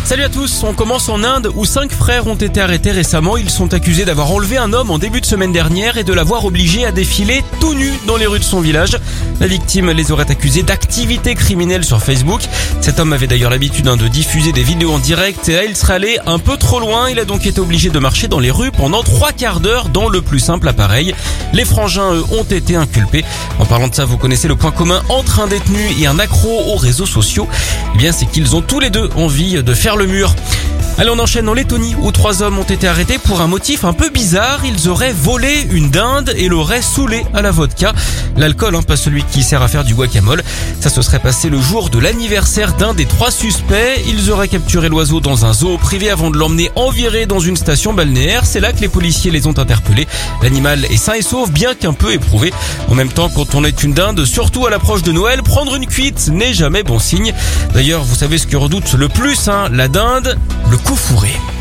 Salut à tous, on commence en Inde où 5 frères ont été arrêtés récemment. Ils sont accusés d'avoir enlevé un homme en début de semaine dernière et de l'avoir obligé à défiler tout nu dans les rues de son village. La victime les aurait accusés d'activité criminelle sur Facebook. Cet homme avait d'ailleurs l'habitude de diffuser des vidéos en direct et là il serait allé un peu trop loin. Il a donc été obligé de marcher dans les rues pendant 3 quarts d'heure dans le plus simple appareil. Les frangins, eux, ont été inculpés. En parlant de ça, vous connaissez le point commun entre un détenu et un accro aux réseaux sociaux. Eh bien, c'est qu'ils ont tous les deux envie de faire le mur. Allez, on enchaîne en Lettonie où 3 hommes ont été arrêtés pour un motif un peu bizarre. Ils auraient volé une dinde et l'auraient saoulée à la vodka. L'alcool, pas celui qui sert à faire du guacamole. Ça se serait passé le jour de l'anniversaire d'un des 3 suspects. Ils auraient capturé l'oiseau dans un zoo privé avant de l'emmener en virée dans une station balnéaire. C'est là que les policiers les ont interpellés. L'animal est sain et sauf, bien qu'un peu éprouvé. En même temps, quand on est une dinde, surtout à l'approche de Noël, prendre une cuite n'est jamais bon signe. D'ailleurs, vous savez ce que redoute le plus, la dinde, le coup fourré.